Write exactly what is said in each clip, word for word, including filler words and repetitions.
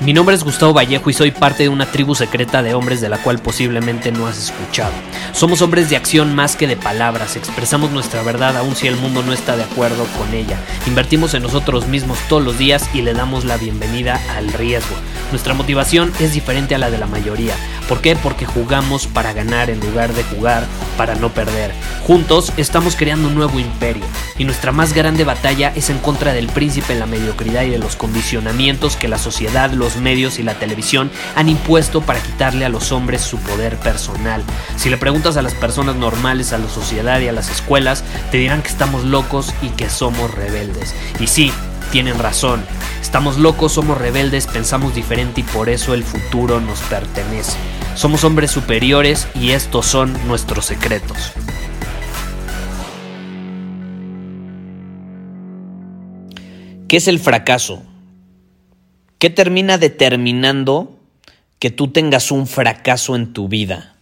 Mi nombre es Gustavo Vallejo y soy parte de una tribu secreta de hombres de la cual posiblemente no has escuchado. Somos hombres de acción más que de palabras, expresamos nuestra verdad aun si el mundo no está de acuerdo con ella. Invertimos en nosotros mismos todos los días y le damos la bienvenida al riesgo. Nuestra motivación es diferente a la de la mayoría. ¿Por qué? Porque jugamos para ganar en lugar de jugar para no perder. Juntos estamos creando un nuevo imperio y nuestra más grande batalla es en contra del príncipe, la mediocridad y de los condicionamientos que la sociedad, los medios y la televisión han impuesto para quitarle a los hombres su poder personal. Si le preguntas a las personas normales, a la sociedad y a las escuelas, te dirán que estamos locos y que somos rebeldes. Y sí, tienen razón. Estamos locos, somos rebeldes, pensamos diferente y por eso el futuro nos pertenece. Somos hombres superiores y estos son nuestros secretos. ¿Qué es el fracaso? ¿Qué termina determinando que tú tengas un fracaso en tu vida?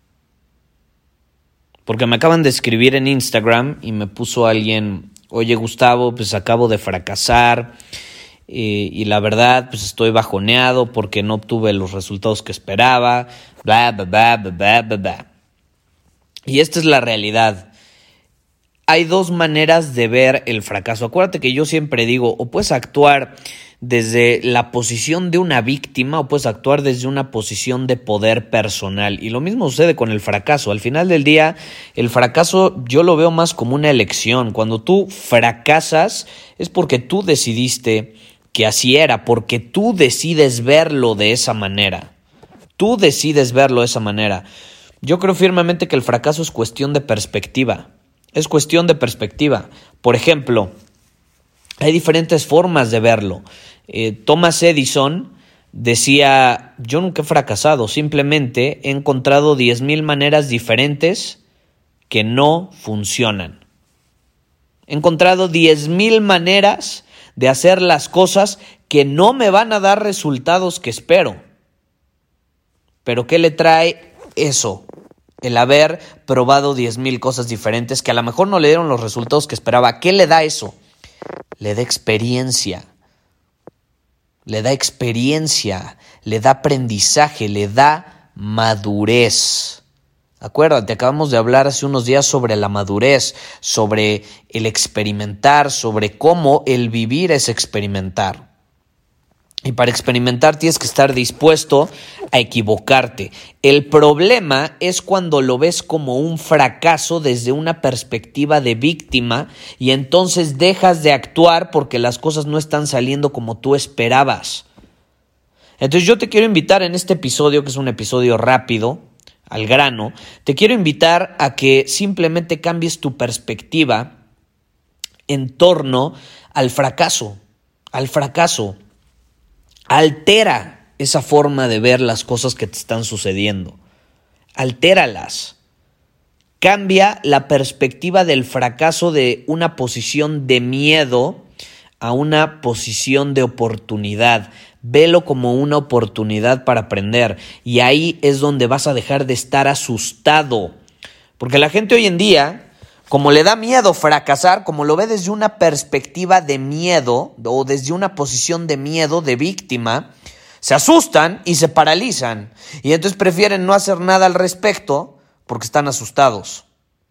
Porque me acaban de escribir en Instagram y me puso alguien: oye Gustavo, pues acabo de fracasar eh, y la verdad pues estoy bajoneado porque no obtuve los resultados que esperaba, bla, bla, bla, bla, bla, bla. Y esta es la realidad. Hay dos maneras de ver el fracaso. Acuérdate que yo siempre digo, o puedes actuar desde la posición de una víctima o puedes actuar desde una posición de poder personal. Y lo mismo sucede con el fracaso. Al final del día, el fracaso yo lo veo más como una elección. Cuando tú fracasas es porque tú decidiste que así era, porque tú decides verlo de esa manera. Tú decides verlo de esa manera. Yo creo firmemente que el fracaso es cuestión de perspectiva. Es cuestión de perspectiva. Por ejemplo, hay diferentes formas de verlo. Eh, Thomas Edison decía: yo nunca he fracasado, simplemente he encontrado diez mil maneras diferentes que no funcionan. He encontrado diez mil maneras de hacer las cosas que no me van a dar resultados que espero. ¿Pero qué le trae eso? El haber probado diez mil cosas diferentes que a lo mejor no le dieron los resultados que esperaba. ¿Qué le da eso? Le da experiencia. Le da experiencia, le da aprendizaje, le da madurez. Acuérdate, acabamos de hablar hace unos días sobre la madurez, sobre el experimentar, sobre cómo el vivir es experimentar. Y para experimentar tienes que estar dispuesto a equivocarte. El problema es cuando lo ves como un fracaso desde una perspectiva de víctima y entonces dejas de actuar porque las cosas no están saliendo como tú esperabas. Entonces yo te quiero invitar en este episodio, que es un episodio rápido, al grano, te quiero invitar a que simplemente cambies tu perspectiva en torno al fracaso, al fracaso. Altera esa forma de ver las cosas que te están sucediendo. Altéralas. Cambia la perspectiva del fracaso de una posición de miedo a una posición de oportunidad. Velo como una oportunidad para aprender. Y ahí es donde vas a dejar de estar asustado. Porque la gente hoy en día, como le da miedo fracasar, como lo ve desde una perspectiva de miedo o desde una posición de miedo, de víctima, se asustan y se paralizan. Y entonces prefieren no hacer nada al respecto porque están asustados.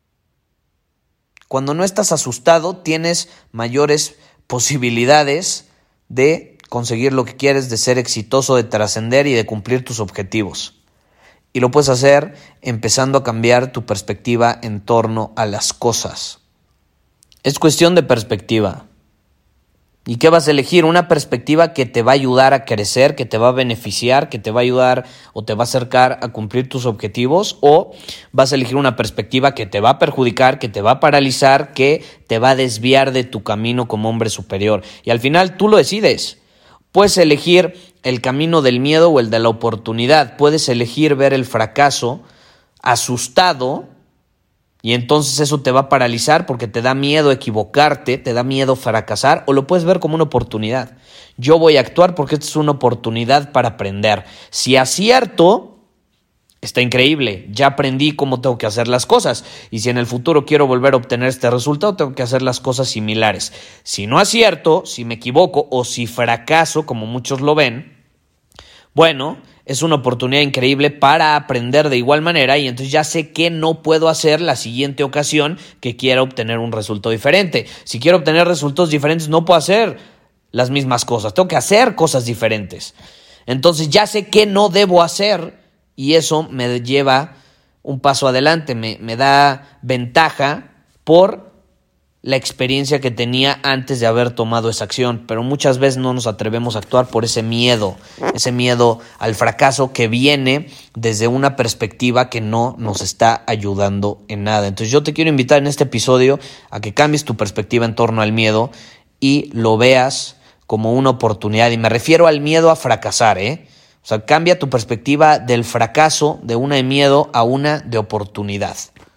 Cuando no estás asustado, tienes mayores posibilidades de conseguir lo que quieres, de ser exitoso, de trascender y de cumplir tus objetivos. Y lo puedes hacer empezando a cambiar tu perspectiva en torno a las cosas. Es cuestión de perspectiva. ¿Y qué vas a elegir? Una perspectiva que te va a ayudar a crecer, que te va a beneficiar, que te va a ayudar o te va a acercar a cumplir tus objetivos, o vas a elegir una perspectiva que te va a perjudicar, que te va a paralizar, que te va a desviar de tu camino como hombre superior. Y al final tú lo decides. Puedes elegir el camino del miedo o el de la oportunidad. Puedes elegir ver el fracaso asustado y entonces eso te va a paralizar porque te da miedo equivocarte, te da miedo fracasar, o lo puedes ver como una oportunidad. Yo voy a actuar porque esta es una oportunidad para aprender. Si acierto, está increíble, ya aprendí cómo tengo que hacer las cosas, y si en el futuro quiero volver a obtener este resultado, tengo que hacer las cosas similares. Si no acierto, si me equivoco o si fracaso, como muchos lo ven, Bueno, es una oportunidad increíble para aprender de igual manera y entonces ya sé qué no puedo hacer la siguiente ocasión que quiera obtener un resultado diferente. Si quiero obtener resultados diferentes, no puedo hacer las mismas cosas, tengo que hacer cosas diferentes. Entonces ya sé qué no debo hacer y eso me lleva un paso adelante, me, me da ventaja por la experiencia que tenía antes de haber tomado esa acción, pero muchas veces no nos atrevemos a actuar por ese miedo, ese miedo al fracaso que viene desde una perspectiva que no nos está ayudando en nada. Entonces yo te quiero invitar en este episodio a que cambies tu perspectiva en torno al miedo y lo veas como una oportunidad, y me refiero al miedo a fracasar, ¿eh? O sea, cambia tu perspectiva del fracaso, de una de miedo a una de oportunidad.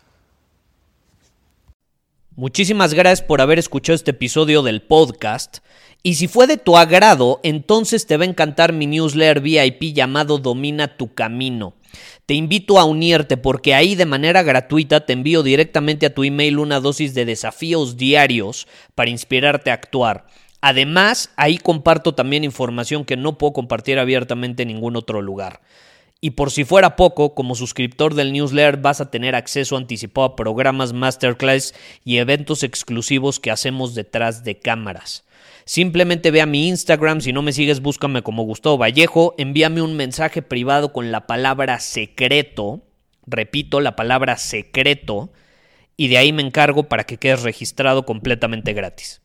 Muchísimas gracias por haber escuchado este episodio del podcast. Y si fue de tu agrado, entonces te va a encantar mi newsletter V I P llamado Domina tu Camino. Te invito a unirte porque ahí de manera gratuita te envío directamente a tu email una dosis de desafíos diarios para inspirarte a actuar. Además, ahí comparto también información que no puedo compartir abiertamente en ningún otro lugar. Y por si fuera poco, como suscriptor del newsletter vas a tener acceso anticipado a programas, masterclass y eventos exclusivos que hacemos detrás de cámaras. Simplemente ve a mi Instagram, si no me sigues búscame como Gustavo Vallejo, envíame un mensaje privado con la palabra secreto, repito, la palabra secreto, y de ahí me encargo para que quedes registrado completamente gratis.